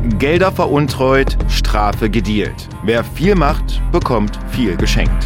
Gelder veruntreut, Strafe gedealt. Wer viel macht, bekommt viel geschenkt.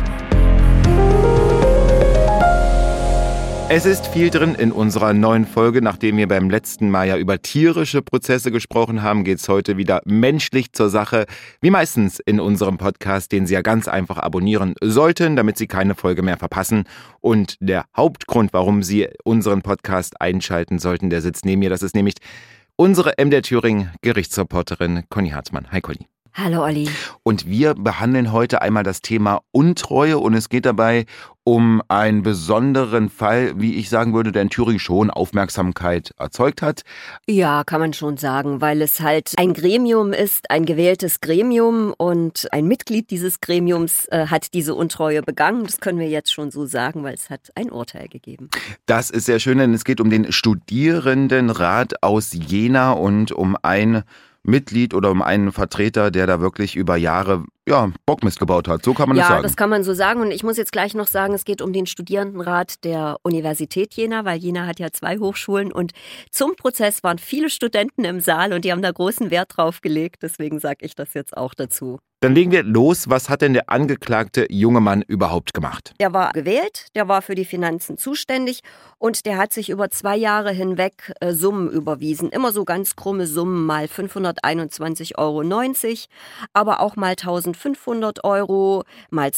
Es ist viel drin in unserer neuen Folge. Nachdem wir beim letzten Mal ja über tierische Prozesse gesprochen haben, geht es heute wieder menschlich zur Sache. Wie meistens in unserem Podcast, den Sie ja ganz einfach abonnieren sollten, damit Sie keine Folge mehr verpassen. Und der Hauptgrund, warum Sie unseren Podcast einschalten sollten, der sitzt neben mir. Das ist nämlich unsere MDR Thüringen Gerichtsreporterin Conny Hartmann. Hi Conny. Hallo Olli. Und wir behandeln heute einmal das Thema Untreue und es geht dabei um einen besonderen Fall, wie ich sagen würde, der in Thüringen schon Aufmerksamkeit erzeugt hat. Ja, kann man schon sagen, weil es halt ein Gremium ist, ein gewähltes Gremium und ein Mitglied dieses Gremiums hat diese Untreue begangen. Das können wir jetzt schon so sagen, weil es hat ein Urteil gegeben. Das ist sehr schön, denn es geht um den Studierendenrat aus Jena und um ein Mitglied oder um einen Vertreter, der da wirklich über Jahre Bockmist gebaut hat. So kann man das sagen. Ja, das kann man so sagen. Und ich muss jetzt gleich noch sagen, es geht um den Studierendenrat der Universität Jena, weil Jena hat ja 2 Hochschulen. Und zum Prozess waren viele Studenten im Saal und die haben da großen Wert drauf gelegt. Deswegen sage ich das jetzt auch dazu. Dann legen wir los. Was hat denn der angeklagte junge Mann überhaupt gemacht? Der war gewählt, der war für die Finanzen zuständig und der hat sich über 2 Jahre hinweg Summen überwiesen. Immer so ganz krumme Summen, mal 521,90 €, aber auch mal 1.500 €, mal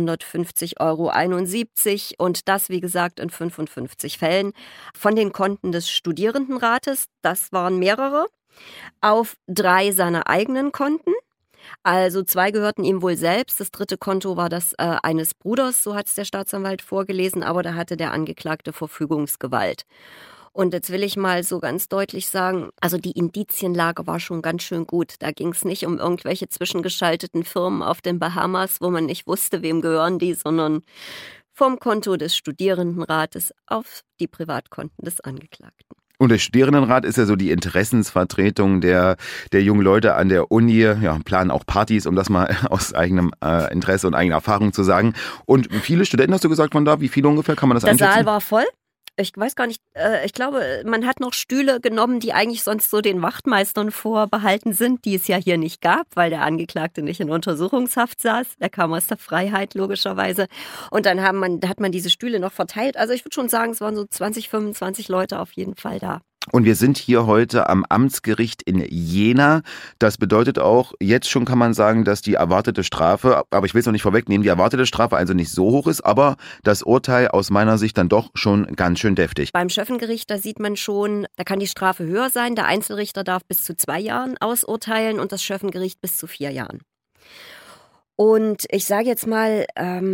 250,71 € und das, wie gesagt, in 55 Fällen von den Konten des Studierendenrates, das waren mehrere, auf 3 seiner eigenen Konten. Also 2 gehörten ihm wohl selbst, das 3. Konto war das eines Bruders, so hat es der Staatsanwalt vorgelesen, aber da hatte der Angeklagte Verfügungsgewalt. Und jetzt will ich mal so ganz deutlich sagen, also die Indizienlage war schon ganz schön gut. Da ging es nicht um irgendwelche zwischengeschalteten Firmen auf den Bahamas, wo man nicht wusste, wem gehören die, sondern vom Konto des Studierendenrates auf die Privatkonten des Angeklagten. Und der Studierendenrat ist ja so die Interessensvertretung der jungen Leute an der Uni, planen auch Partys, um das mal aus eigenem Interesse und eigener Erfahrung zu sagen. Und viele Studenten, hast du gesagt, waren da? Wie viele ungefähr? Kann man das einschätzen? Der Saal war voll. Ich weiß gar nicht, ich glaube, man hat noch Stühle genommen, die eigentlich sonst so den Wachtmeistern vorbehalten sind, die es ja hier nicht gab, weil der Angeklagte nicht in Untersuchungshaft saß. Der kam aus der Freiheit, logischerweise. Und dann hat man diese Stühle noch verteilt. Also ich würde schon sagen, es waren so 20, 25 Leute auf jeden Fall da. Und wir sind hier heute am Amtsgericht in Jena. Das bedeutet auch, jetzt schon kann man sagen, dass die erwartete Strafe, aber ich will es noch nicht vorwegnehmen, die erwartete Strafe also nicht so hoch ist, aber das Urteil aus meiner Sicht dann doch schon ganz schön deftig. Beim Schöffengericht, da sieht man schon, da kann die Strafe höher sein. Der Einzelrichter darf bis zu 2 Jahren ausurteilen und das Schöffengericht bis zu 4 Jahren. Und ich sage jetzt mal,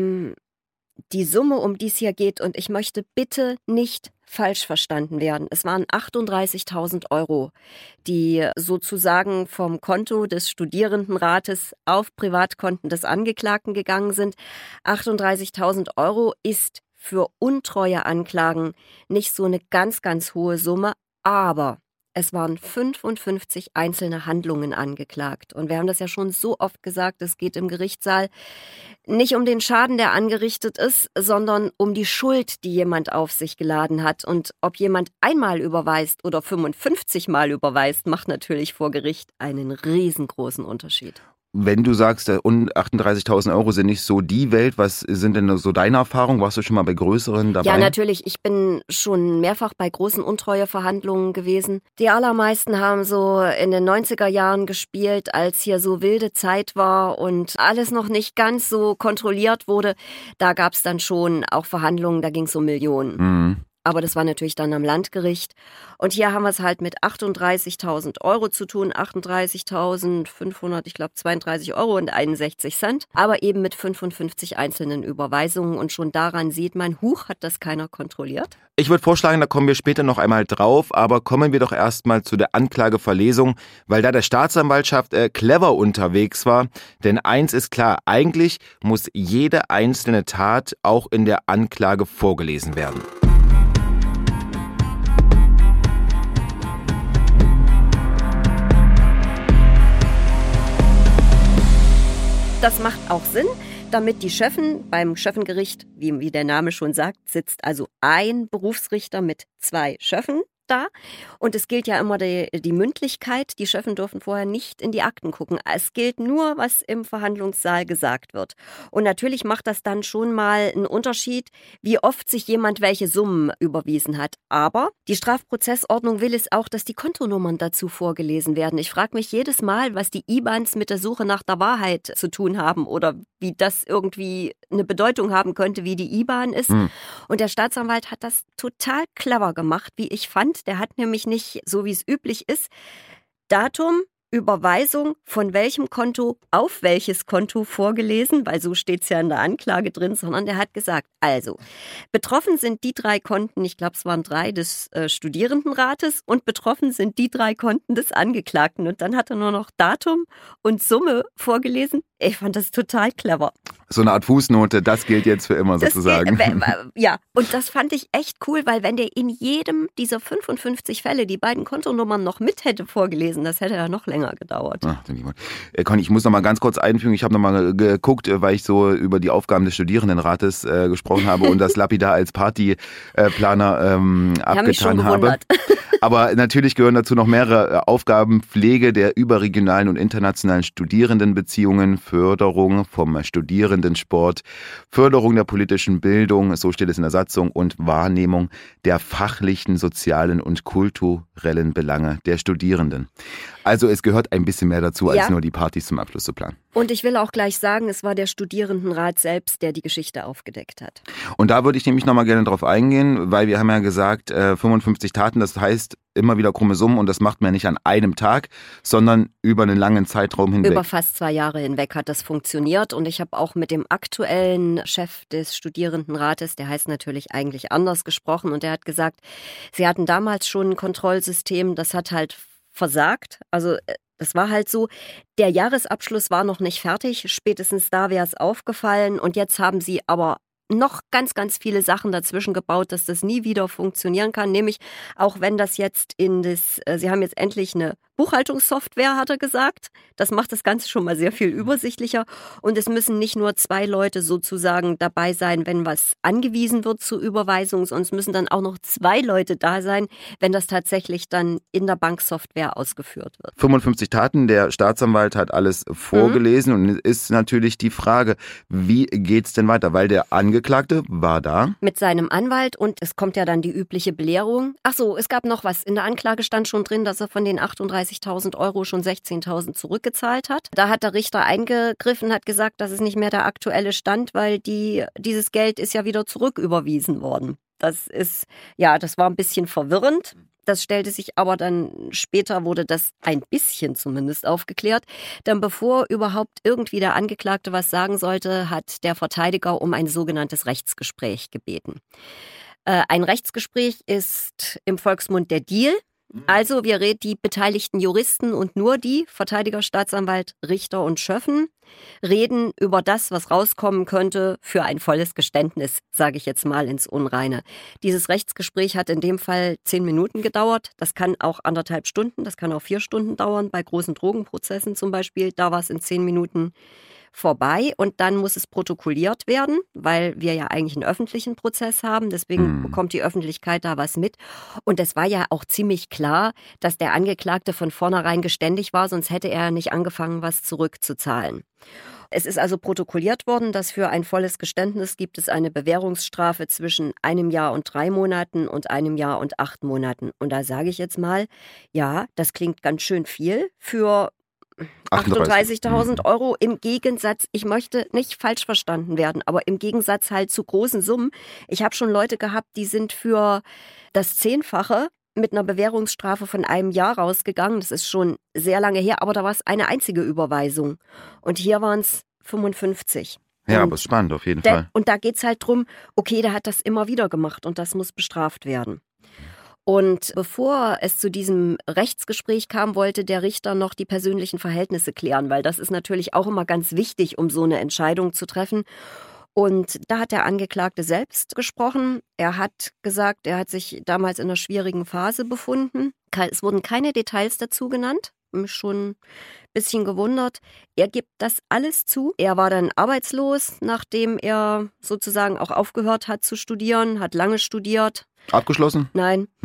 die Summe, um die es hier geht, und ich möchte bitte nicht falsch verstanden werden. Es waren 38.000 €, die sozusagen vom Konto des Studierendenrates auf Privatkonten des Angeklagten gegangen sind. 38.000 € ist für untreue Anklagen nicht so eine ganz, ganz hohe Summe, aber es waren 55 einzelne Handlungen angeklagt. Und wir haben das ja schon so oft gesagt, es geht im Gerichtssaal nicht um den Schaden, der angerichtet ist, sondern um die Schuld, die jemand auf sich geladen hat. Und ob jemand einmal überweist oder 55 Mal überweist, macht natürlich vor Gericht einen riesengroßen Unterschied. Wenn du sagst, 38.000 € sind nicht so die Welt, was sind denn so deine Erfahrungen? Warst du schon mal bei größeren dabei? Ja, natürlich. Ich bin schon mehrfach bei großen Untreueverhandlungen gewesen. Die allermeisten haben so in den 90er Jahren gespielt, als hier so wilde Zeit war und alles noch nicht ganz so kontrolliert wurde. Da gab es dann schon auch Verhandlungen, da ging es um Millionen. Mhm. Aber das war natürlich dann am Landgericht. Und hier haben wir es halt mit 38.000 € zu tun. 38.500, ich glaube 32,61 €. Aber eben mit 55 einzelnen Überweisungen. Und schon daran sieht man, hat das keiner kontrolliert? Ich würde vorschlagen, da kommen wir später noch einmal drauf. Aber kommen wir doch erstmal zu der Anklageverlesung, weil da der Staatsanwaltschaft clever unterwegs war. Denn eins ist klar, eigentlich muss jede einzelne Tat auch in der Anklage vorgelesen werden. Das macht auch Sinn, damit die Schöffen beim Schöffengericht, wie der Name schon sagt, sitzt also ein Berufsrichter mit 2 Schöffen. da. Und es gilt ja immer die Mündlichkeit. Die Schöffen dürfen vorher nicht in die Akten gucken. Es gilt nur, was im Verhandlungssaal gesagt wird. Und natürlich macht das dann schon mal einen Unterschied, wie oft sich jemand welche Summen überwiesen hat. Aber die Strafprozessordnung will es auch, dass die Kontonummern dazu vorgelesen werden. Ich frage mich jedes Mal, was die IBANs mit der Suche nach der Wahrheit zu tun haben oder wie das irgendwie eine Bedeutung haben könnte, wie die IBAN ist. Und der Staatsanwalt hat das total clever gemacht, wie ich fand. Der hat nämlich nicht, so wie es üblich ist, Datum, Überweisung von welchem Konto auf welches Konto vorgelesen, weil so steht es ja in der Anklage drin, sondern der hat gesagt, also betroffen sind die 3 Konten, ich glaube es waren 3 des Studierendenrates und betroffen sind die 3 Konten des Angeklagten. Und dann hat er nur noch Datum und Summe vorgelesen. Ich fand das total clever. So eine Art Fußnote, das gilt jetzt für immer sozusagen. Ja, und das fand ich echt cool, weil wenn der in jedem dieser 55 Fälle die beiden Kontonummern noch mit hätte vorgelesen, das hätte ja noch länger gedauert. Ach, Conny, ich muss noch mal ganz kurz einfügen, ich habe noch mal geguckt, weil ich so über die Aufgaben des Studierendenrates gesprochen habe und das lapidar als Partyplaner abgetan habe. Aber natürlich gehören dazu noch mehrere Aufgaben: Pflege der überregionalen und internationalen Studierendenbeziehungen, Förderung vom Studierendensport, Förderung der politischen Bildung, so steht es in der Satzung, und Wahrnehmung der fachlichen, sozialen und kulturellen Belange der Studierenden. Also es gehört ein bisschen mehr dazu, als nur die Partys zum Abschluss zu planen. Und ich will auch gleich sagen, es war der Studierendenrat selbst, der die Geschichte aufgedeckt hat. Und da würde ich nämlich nochmal gerne drauf eingehen, weil wir haben ja gesagt, 55 Taten, das heißt immer wieder krumme Summen, und das macht man nicht an einem Tag, sondern über einen langen Zeitraum hinweg. Über fast 2 Jahre hinweg hat das funktioniert, und ich habe auch mit dem aktuellen Chef des Studierendenrates, der heißt natürlich eigentlich anders, gesprochen, und der hat gesagt, sie hatten damals schon ein Kontrollsystem, das hat halt versagt. Also das war halt so, der Jahresabschluss war noch nicht fertig, spätestens da wäre es aufgefallen, und jetzt haben sie aber noch ganz, ganz viele Sachen dazwischen gebaut, dass das nie wieder funktionieren kann, nämlich auch wenn das jetzt sie haben jetzt endlich eine Buchhaltungssoftware, hat er gesagt. Das macht das Ganze schon mal sehr viel übersichtlicher, und es müssen nicht nur 2 Leute sozusagen dabei sein, wenn was angewiesen wird zur Überweisung, sondern es müssen dann auch noch 2 Leute da sein, wenn das tatsächlich dann in der Banksoftware ausgeführt wird. 55 Taten, der Staatsanwalt hat alles vorgelesen, und ist natürlich die Frage, wie geht's denn weiter? Weil der Angeklagte war da. Mit seinem Anwalt, und es kommt ja dann die übliche Belehrung. Ach so, es gab noch was. In der Anklage stand schon drin, dass er von den 38.000 Euro schon 16.000 zurückgezahlt hat. Da hat der Richter eingegriffen, hat gesagt, das ist nicht mehr der aktuelle Stand, weil dieses Geld ist ja wieder zurücküberwiesen worden. Das war ein bisschen verwirrend. Das stellte sich aber dann, später wurde das ein bisschen zumindest aufgeklärt. Denn bevor überhaupt irgendwie der Angeklagte was sagen sollte, hat der Verteidiger um ein sogenanntes Rechtsgespräch gebeten. Ein Rechtsgespräch ist im Volksmund der Deal. Also die beteiligten Juristen und nur die, Verteidiger, Staatsanwalt, Richter und Schöffen, reden über das, was rauskommen könnte für ein volles Geständnis, sage ich jetzt mal ins Unreine. Dieses Rechtsgespräch hat in dem Fall 10 Minuten gedauert. Das kann auch 1,5 Stunden, das kann auch 4 Stunden dauern. Bei großen Drogenprozessen zum Beispiel, da war es in 10 Minuten vorbei, und dann muss es protokolliert werden, weil wir ja eigentlich einen öffentlichen Prozess haben. Deswegen bekommt die Öffentlichkeit da was mit. Und es war ja auch ziemlich klar, dass der Angeklagte von vornherein geständig war, sonst hätte er nicht angefangen, was zurückzuzahlen. Es ist also protokolliert worden, dass für ein volles Geständnis gibt es eine Bewährungsstrafe zwischen 1 Jahr und 3 Monaten und 1 Jahr und 8 Monaten. Und da sage ich jetzt mal, ja, das klingt ganz schön viel für 38.000 Euro im Gegensatz, ich möchte nicht falsch verstanden werden, aber im Gegensatz halt zu großen Summen. Ich habe schon Leute gehabt, die sind für das 10-fache mit einer Bewährungsstrafe von 1 Jahr rausgegangen. Das ist schon sehr lange her, aber da war es eine einzige Überweisung. Und hier waren es 55. Ja, aber spannend auf jeden Fall. Und da geht es halt drum, okay, der hat das immer wieder gemacht und das muss bestraft werden. Und bevor es zu diesem Rechtsgespräch kam, wollte der Richter noch die persönlichen Verhältnisse klären, weil das ist natürlich auch immer ganz wichtig, um so eine Entscheidung zu treffen. Und da hat der Angeklagte selbst gesprochen. Er hat gesagt, er hat sich damals in einer schwierigen Phase befunden. Es wurden keine Details dazu genannt. Mich schon ein bisschen gewundert. Er gibt das alles zu. Er war dann arbeitslos, nachdem er sozusagen auch aufgehört hat zu studieren, hat lange studiert. Abgeschlossen? Nein.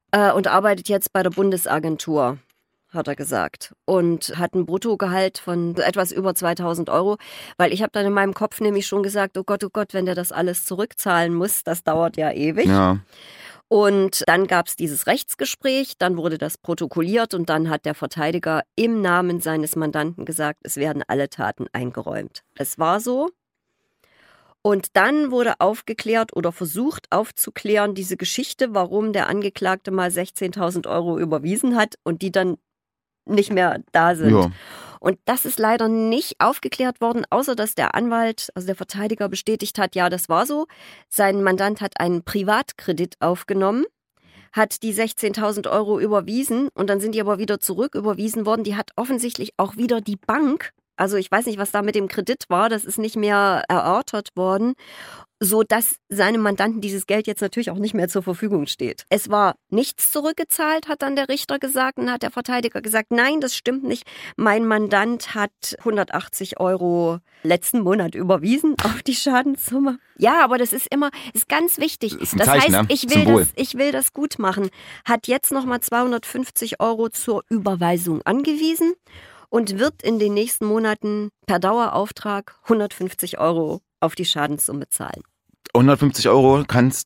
und arbeitet jetzt bei der Bundesagentur, hat er gesagt. Und hat ein Bruttogehalt von etwas über 2.000 €, weil ich habe dann in meinem Kopf nämlich schon gesagt, oh Gott, wenn der das alles zurückzahlen muss, das dauert ja ewig. Ja. Und dann gab es dieses Rechtsgespräch, dann wurde das protokolliert und dann hat der Verteidiger im Namen seines Mandanten gesagt, es werden alle Taten eingeräumt. Es war so. Und dann wurde aufgeklärt oder versucht aufzuklären, diese Geschichte, warum der Angeklagte mal 16.000 € überwiesen hat und die dann nicht mehr da sind. Ja. Und das ist leider nicht aufgeklärt worden, außer dass der Anwalt, also der Verteidiger, bestätigt hat, ja, das war so. Sein Mandant hat einen Privatkredit aufgenommen, hat die 16.000 € überwiesen und dann sind die aber wieder zurücküberwiesen worden. Die hat offensichtlich auch wieder die Bank, also ich weiß nicht, was da mit dem Kredit war, das ist nicht mehr erörtert worden, so dass seinem Mandanten dieses Geld jetzt natürlich auch nicht mehr zur Verfügung steht. Es war nichts zurückgezahlt, hat dann der Richter gesagt, und hat der Verteidiger gesagt, nein, das stimmt nicht. Mein Mandant hat 180 € letzten Monat überwiesen auf die Schadenssumme. Ja, aber das ist ganz wichtig. Das ist ein Zeichen, heißt, ne? ich will das gut machen. Hat jetzt nochmal 250 € zur Überweisung angewiesen und wird in den nächsten Monaten per Dauerauftrag 150 € auf die Schadenssumme zahlen. 150 €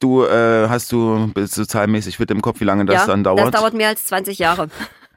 bist du zahlmäßig fit im Kopf, wie lange das dann dauert? Das dauert mehr als 20 Jahre.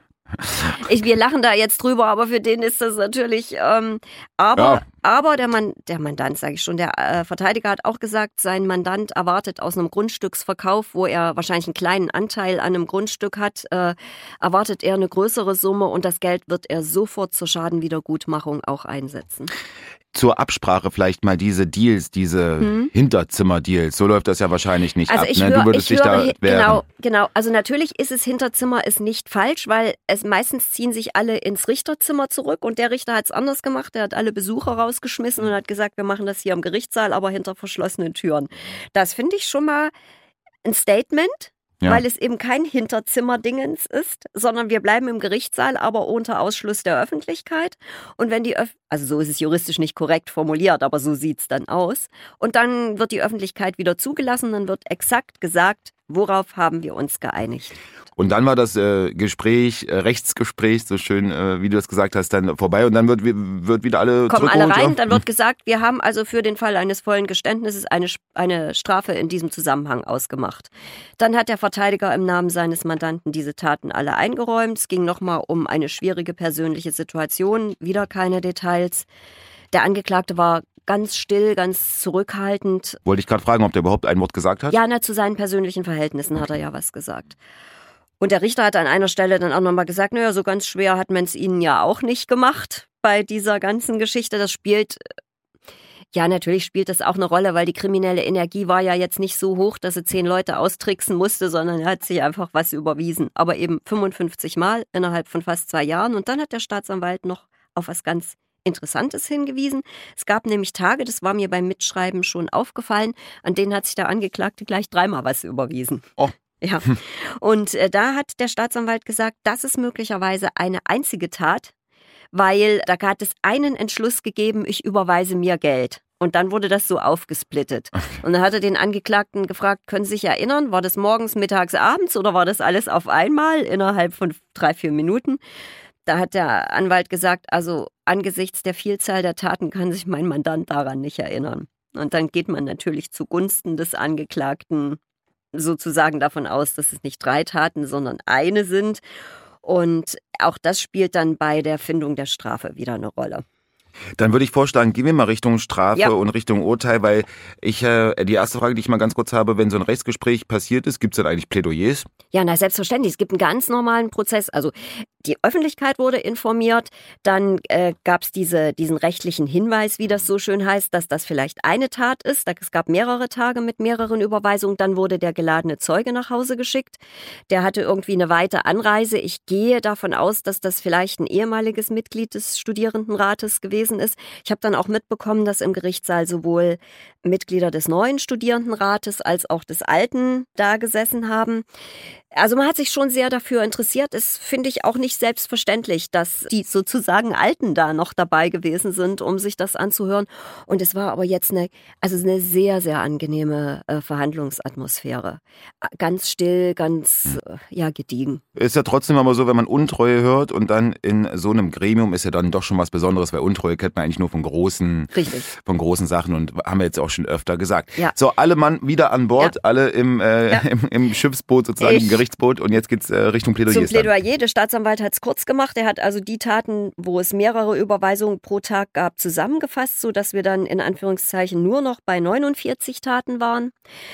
Wir lachen da jetzt drüber, aber für den ist das natürlich, aber der Mandant, sage ich schon, der Verteidiger hat auch gesagt, sein Mandant erwartet aus einem Grundstücksverkauf, wo er wahrscheinlich einen kleinen Anteil an einem Grundstück hat, erwartet er eine größere Summe und das Geld wird er sofort zur Schadenwiedergutmachung auch einsetzen. Zur Absprache vielleicht mal diese Deals, diese Hinterzimmer-Deals. So läuft das ja wahrscheinlich nicht ab. Ich ne? Du würdest dich da wehren. Genau. Also natürlich ist es Hinterzimmer ist nicht falsch, weil es meistens ziehen sich alle ins Richterzimmer zurück und der Richter hat es anders gemacht. Der hat alle Besucher rausgeschmissen und hat gesagt, wir machen das hier im Gerichtssaal, aber hinter verschlossenen Türen. Das finde ich schon mal ein Statement. Ja. Weil es eben kein Hinterzimmerdingens ist, sondern wir bleiben im Gerichtssaal, aber unter Ausschluss der Öffentlichkeit. Und wenn also so ist es juristisch nicht korrekt formuliert, aber so sieht es dann aus. Und dann wird die Öffentlichkeit wieder zugelassen, dann wird exakt gesagt, worauf haben wir uns geeinigt. Und dann war das Rechtsgespräch, so schön, wie du das gesagt hast, dann vorbei und dann wird wieder alle kommen alle rein, dann wird gesagt, wir haben also für den Fall eines vollen Geständnisses eine Strafe in diesem Zusammenhang ausgemacht. Dann hat der Verteidiger im Namen seines Mandanten diese Taten alle eingeräumt. Es ging nochmal um eine schwierige persönliche Situation, wieder keine Details. Der Angeklagte war ganz still, ganz zurückhaltend. Wollte ich gerade fragen, ob der überhaupt ein Wort gesagt hat? Ja, zu seinen persönlichen Verhältnissen hat er ja was gesagt. Und der Richter hat an einer Stelle dann auch nochmal gesagt, naja, so ganz schwer hat man es ihnen ja auch nicht gemacht bei dieser ganzen Geschichte. Natürlich spielt das auch eine Rolle, weil die kriminelle Energie war ja jetzt nicht so hoch, dass er 10 Leute austricksen musste, sondern er hat sich einfach was überwiesen. Aber eben 55 Mal innerhalb von fast 2 Jahren. Und dann hat der Staatsanwalt noch auf was ganz Interessantes hingewiesen. Es gab nämlich Tage, das war mir beim Mitschreiben schon aufgefallen, an denen hat sich der Angeklagte gleich 3-mal was überwiesen. Oh. Ja, und da hat der Staatsanwalt gesagt, das ist möglicherweise eine einzige Tat, weil da hat es einen Entschluss gegeben, ich überweise mir Geld. Und dann wurde das so aufgesplittet. Und dann hat er den Angeklagten gefragt, können Sie sich erinnern, war das morgens, mittags, abends oder war das alles auf einmal innerhalb von 3-4 Minuten? Da hat der Anwalt gesagt, also angesichts der Vielzahl der Taten kann sich mein Mandant daran nicht erinnern. Und dann geht man natürlich zugunsten des Angeklagten sozusagen davon aus, dass es nicht 3 Taten, sondern eine sind. Und auch das spielt dann bei der Findung der Strafe wieder eine Rolle. Dann würde ich vorschlagen, gehen wir mal Richtung Strafe und Richtung Urteil, weil die erste Frage, die ich mal ganz kurz habe, wenn so ein Rechtsgespräch passiert ist, gibt es dann eigentlich Plädoyers? Ja, selbstverständlich. Es gibt einen ganz normalen Prozess. Also die Öffentlichkeit wurde informiert, dann gab es diesen rechtlichen Hinweis, wie das so schön heißt, dass das vielleicht eine Tat ist. Es gab mehrere Tage mit mehreren Überweisungen. Dann wurde der geladene Zeuge nach Hause geschickt. Der hatte irgendwie eine weite Anreise. Ich gehe davon aus, dass das vielleicht ein ehemaliges Mitglied des Studierendenrates gewesen ist. Ich habe dann auch mitbekommen, dass im Gerichtssaal sowohl Mitglieder des neuen Studierendenrates als auch des alten da gesessen haben. Also man hat sich schon sehr dafür interessiert. Es finde ich auch nicht selbstverständlich, dass die sozusagen Alten da noch dabei gewesen sind, um sich das anzuhören. Und es war aber jetzt eine sehr, sehr angenehme Verhandlungsatmosphäre. Ganz still, ganz gediegen. Ist ja trotzdem aber so, wenn man Untreue hört und dann in so einem Gremium ist ja dann doch schon was Besonderes, weil Untreue kennt man eigentlich nur von großen Sachen und haben wir jetzt auch schon öfter gesagt. Ja. So, alle Mann wieder an Bord, alle im Schiffsboot sozusagen, im Gerichtsboot und jetzt geht's Richtung Plädoyer. Zum Plädoyer, der Staatsanwalt hat es kurz gemacht. Er hat also die Taten, wo es mehrere Überweisungen pro Tag gab, zusammengefasst, sodass wir dann in Anführungszeichen nur noch bei 49 Taten waren.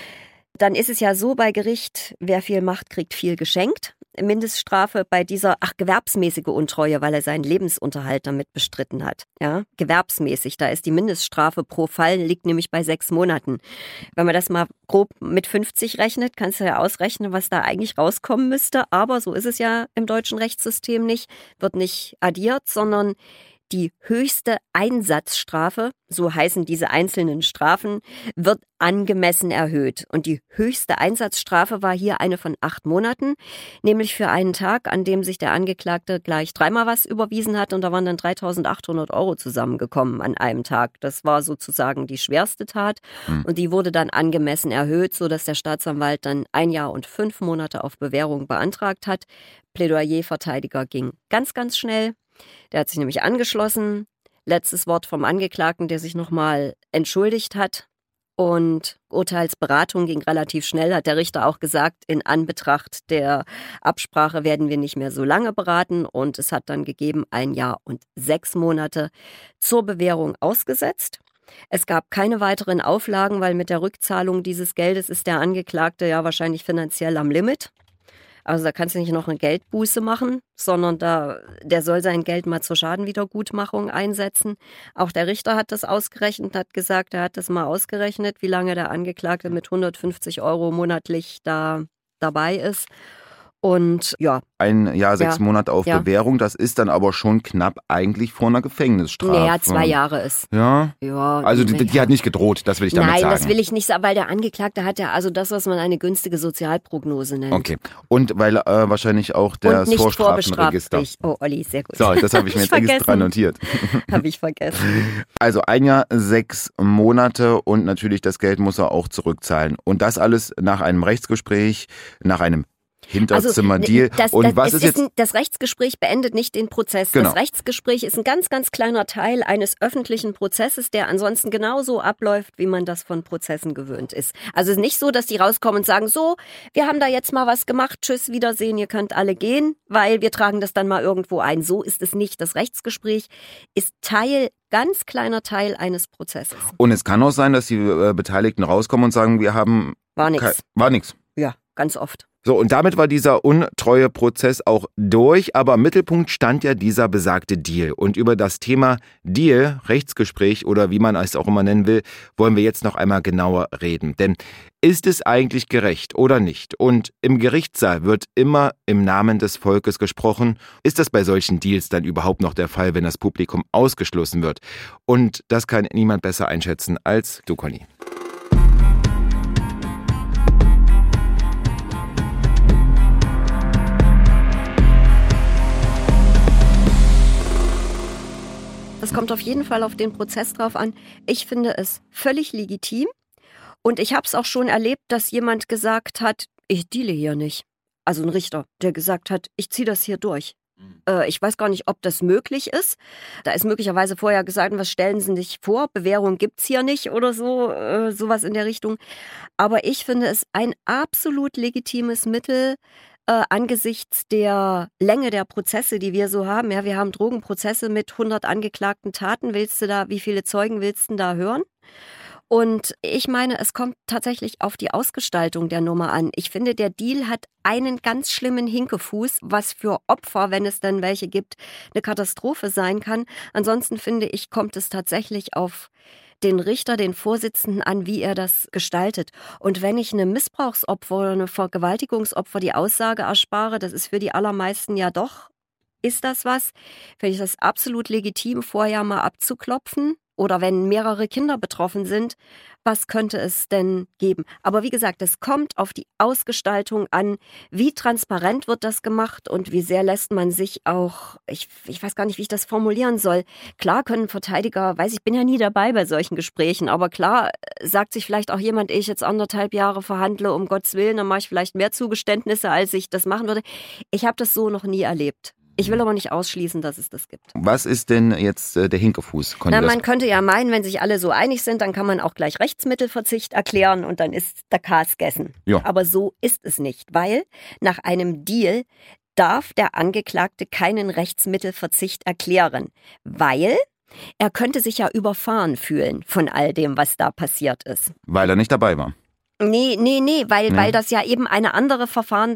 Dann ist es ja so bei Gericht, wer viel macht, kriegt viel geschenkt. Mindeststrafe bei dieser, gewerbsmäßige Untreue, weil er seinen Lebensunterhalt damit bestritten hat. Ja, gewerbsmäßig, da ist die Mindeststrafe pro Fall, liegt nämlich bei 6 Monaten. Wenn man das mal grob mit 50 rechnet, kannst du ja ausrechnen, was da eigentlich rauskommen müsste. Aber so ist es ja im deutschen Rechtssystem nicht, wird nicht addiert, sondern die höchste Einsatzstrafe, so heißen diese einzelnen Strafen, wird angemessen erhöht. Und die höchste Einsatzstrafe war hier eine von 8 Monaten, nämlich für einen Tag, an dem sich der Angeklagte gleich 3-mal was überwiesen hat. Und da waren dann 3.800 € zusammengekommen an einem Tag. Das war sozusagen die schwerste Tat. Und die wurde dann angemessen erhöht, sodass der Staatsanwalt dann 1 Jahr und 5 Monate auf Bewährung beantragt hat. Plädoyerverteidiger ging ganz, ganz schnell. Der hat sich nämlich angeschlossen. Letztes Wort vom Angeklagten, der sich nochmal entschuldigt hat. Und Urteilsberatung ging relativ schnell, hat der Richter auch gesagt, in Anbetracht der Absprache werden wir nicht mehr so lange beraten. Und es hat dann gegeben 1 Jahr und 6 Monate zur Bewährung ausgesetzt. Es gab keine weiteren Auflagen, weil mit der Rückzahlung dieses Geldes ist der Angeklagte ja wahrscheinlich finanziell am Limit. Also da kannst du nicht noch eine Geldbuße machen, sondern der soll sein Geld mal zur Schadenwiedergutmachung einsetzen. Auch der Richter hat das ausgerechnet, hat gesagt, er hat das mal ausgerechnet, wie lange der Angeklagte mit 150 € monatlich da dabei ist. Und ja. 1 Jahr, 6 Monate auf Bewährung, das ist dann aber schon knapp eigentlich vor einer Gefängnisstrafe. Naja, 2 Jahre ist. Ja? Ja. Also die hat nicht gedroht, das will ich damit sagen. Nein, das will ich nicht sagen, weil der Angeklagte hat ja also das, was man eine günstige Sozialprognose nennt. Okay. Und weil wahrscheinlich auch das Vorstrafenregister. Oh, Olli, sehr gut. So, das habe ich mir jetzt extra notiert. Habe ich vergessen. Also 1 Jahr, 6 Monate und natürlich das Geld muss er auch zurückzahlen. Und das alles nach einem Rechtsgespräch, nach einem Hinterzimmerdeal. Das Rechtsgespräch beendet nicht den Prozess. Genau. Das Rechtsgespräch ist ein ganz, ganz kleiner Teil eines öffentlichen Prozesses, der ansonsten genauso abläuft, wie man das von Prozessen gewöhnt ist. Also es ist nicht so, dass die rauskommen und sagen, so, wir haben da jetzt mal was gemacht, tschüss, Wiedersehen, ihr könnt alle gehen, weil wir tragen das dann mal irgendwo ein. So ist es nicht. Das Rechtsgespräch ist ganz kleiner Teil eines Prozesses. Und es kann auch sein, dass die Beteiligten rauskommen und sagen, wir haben... War nix. Ja, ganz oft. So, und damit war dieser Untreueprozess auch durch, aber im Mittelpunkt stand ja dieser besagte Deal. Und über das Thema Deal, Rechtsgespräch oder wie man es auch immer nennen will, wollen wir jetzt noch einmal genauer reden. Denn ist es eigentlich gerecht oder nicht? Und im Gerichtssaal wird immer im Namen des Volkes gesprochen. Ist das bei solchen Deals dann überhaupt noch der Fall, wenn das Publikum ausgeschlossen wird? Und das kann niemand besser einschätzen als du, Conny. Das kommt auf jeden Fall auf den Prozess drauf an. Ich finde es völlig legitim. Und ich habe es auch schon erlebt, dass jemand gesagt hat, ich deale hier nicht. Also ein Richter, der gesagt hat, ich ziehe das hier durch. Ich weiß gar nicht, ob das möglich ist. Da ist möglicherweise vorher gesagt, was stellen Sie sich vor? Bewährung gibt's hier nicht oder so, sowas in der Richtung. Aber ich finde es ein absolut legitimes Mittel, angesichts der Länge der Prozesse, die wir so haben. Ja, wir haben Drogenprozesse mit 100 angeklagten Taten. Wie viele Zeugen willst du da hören? Und ich meine, es kommt tatsächlich auf die Ausgestaltung der Nummer an. Ich finde, der Deal hat einen ganz schlimmen Hinkefuß, was für Opfer, wenn es denn welche gibt, eine Katastrophe sein kann. Ansonsten finde ich, kommt es tatsächlich auf den Richter, den Vorsitzenden an, wie er das gestaltet. Und wenn ich einem Missbrauchsopfer oder einem Vergewaltigungsopfer die Aussage erspare, das ist für die allermeisten ja doch, ist das was, finde ich das absolut legitim, vorher mal abzuklopfen. oder wenn mehrere Kinder betroffen sind, was könnte es denn geben? Aber wie gesagt, es kommt auf die Ausgestaltung an, wie transparent wird das gemacht und wie sehr lässt man sich auch, ich weiß gar nicht, wie ich das formulieren soll. Klar können Verteidiger, ich bin ja nie dabei bei solchen Gesprächen, aber klar sagt sich vielleicht auch jemand, ich jetzt 1,5 Jahre verhandle, um Gottes Willen, dann mache ich vielleicht mehr Zugeständnisse, als ich das machen würde. Ich habe das so noch nie erlebt. Ich will aber nicht ausschließen, dass es das gibt. Was ist denn jetzt der Hinkefuß? Man könnte ja meinen, wenn sich alle so einig sind, dann kann man auch gleich Rechtsmittelverzicht erklären und dann ist der Kas gegessen. Ja. Aber so ist es nicht, weil nach einem Deal darf der Angeklagte keinen Rechtsmittelverzicht erklären, weil er könnte sich ja überfahren fühlen von all dem, was da passiert ist. Weil er nicht dabei war. Nee, weil das ja eben eine andere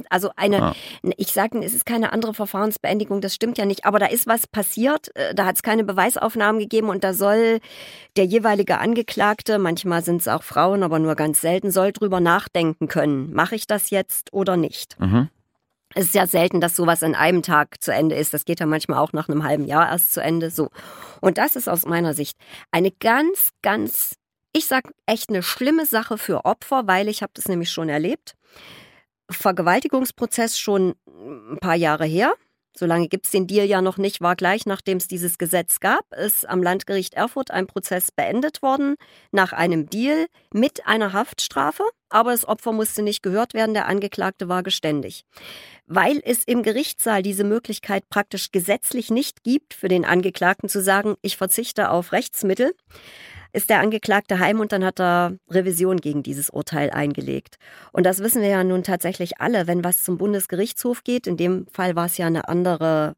ich sage, es ist keine andere Verfahrensbeendigung, das stimmt ja nicht, aber da ist was passiert, da hat es keine Beweisaufnahmen gegeben und da soll der jeweilige Angeklagte, manchmal sind es auch Frauen, aber nur ganz selten, soll drüber nachdenken können, mache ich das jetzt oder nicht? Mhm. Es ist ja selten, dass sowas an einem Tag zu Ende ist. Das geht ja manchmal auch nach einem halben Jahr erst zu Ende. So. Und das ist aus meiner Sicht eine ganz, ganz, ich sag echt eine schlimme Sache für Opfer, weil ich habe das nämlich schon erlebt. Vergewaltigungsprozess schon ein paar Jahre her. So lange gibt es den Deal ja noch nicht, war gleich nachdem es dieses Gesetz gab, ist am Landgericht Erfurt ein Prozess beendet worden nach einem Deal mit einer Haftstrafe. Aber das Opfer musste nicht gehört werden, der Angeklagte war geständig. Weil es im Gerichtssaal diese Möglichkeit praktisch gesetzlich nicht gibt, für den Angeklagten zu sagen, ich verzichte auf Rechtsmittel, ist der Angeklagte heim und dann hat er Revision gegen dieses Urteil eingelegt. Und das wissen wir ja nun tatsächlich alle, wenn was zum Bundesgerichtshof geht, in dem Fall war es ja ein anderer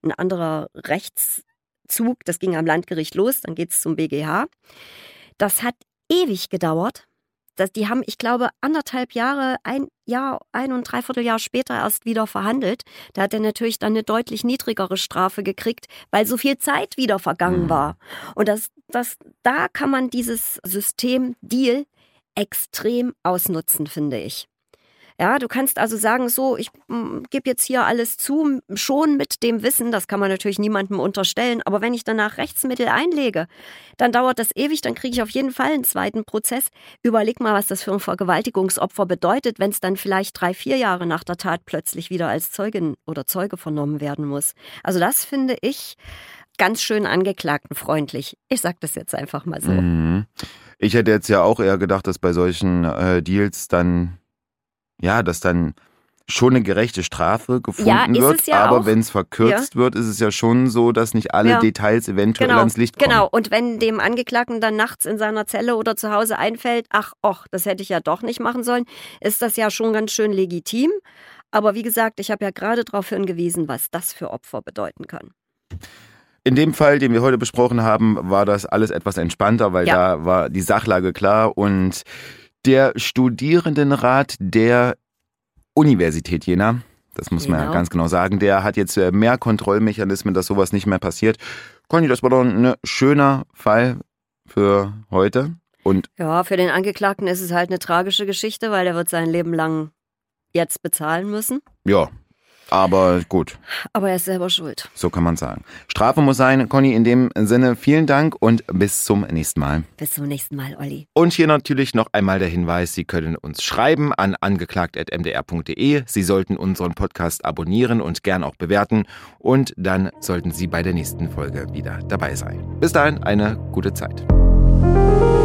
Rechtszug, das ging am Landgericht los, dann geht es zum BGH. Das hat ewig gedauert. Die haben, ich glaube, 1,5 Jahre, 1 und 3/4 Jahr später erst wieder verhandelt. Da hat er natürlich dann eine deutlich niedrigere Strafe gekriegt, weil so viel Zeit wieder vergangen war. Und da kann man dieses System Deal extrem ausnutzen, finde ich. Ja, du kannst also sagen, so, ich gebe jetzt hier alles zu, schon mit dem Wissen, das kann man natürlich niemandem unterstellen, aber wenn ich danach Rechtsmittel einlege, dann dauert das ewig, dann kriege ich auf jeden Fall einen zweiten Prozess. Überleg mal, was das für ein Vergewaltigungsopfer bedeutet, wenn es dann vielleicht 3-4 Jahre nach der Tat plötzlich wieder als Zeugin oder Zeuge vernommen werden muss. Also das finde ich ganz schön angeklagtenfreundlich. Ich sage das jetzt einfach mal so. Ich hätte jetzt ja auch eher gedacht, dass bei solchen Deals dann dass dann schon eine gerechte Strafe gefunden wird, ja aber auch. Wenn es verkürzt wird, ist es ja schon so, dass nicht alle Details eventuell ans Licht kommen. Genau, und wenn dem Angeklagten dann nachts in seiner Zelle oder zu Hause einfällt, das hätte ich ja doch nicht machen sollen, ist das ja schon ganz schön legitim. Aber wie gesagt, ich habe ja gerade darauf hingewiesen, was das für Opfer bedeuten kann. In dem Fall, den wir heute besprochen haben, war das alles etwas entspannter, weil da war die Sachlage klar und der Studierendenrat der Universität Jena, das muss man ja ganz genau sagen, der hat jetzt mehr Kontrollmechanismen, dass sowas nicht mehr passiert. Conny, das war doch ein schöner Fall für heute. Und ja, für den Angeklagten ist es halt eine tragische Geschichte, weil er wird sein Leben lang jetzt bezahlen müssen. Ja, aber gut. Aber er ist selber schuld. So kann man sagen. Strafe muss sein. Conny, in dem Sinne vielen Dank und bis zum nächsten Mal. Bis zum nächsten Mal, Olli. Und hier natürlich noch einmal der Hinweis, Sie können uns schreiben an angeklagt@mdr.de. Sie sollten unseren Podcast abonnieren und gern auch bewerten. Und dann sollten Sie bei der nächsten Folge wieder dabei sein. Bis dahin eine gute Zeit.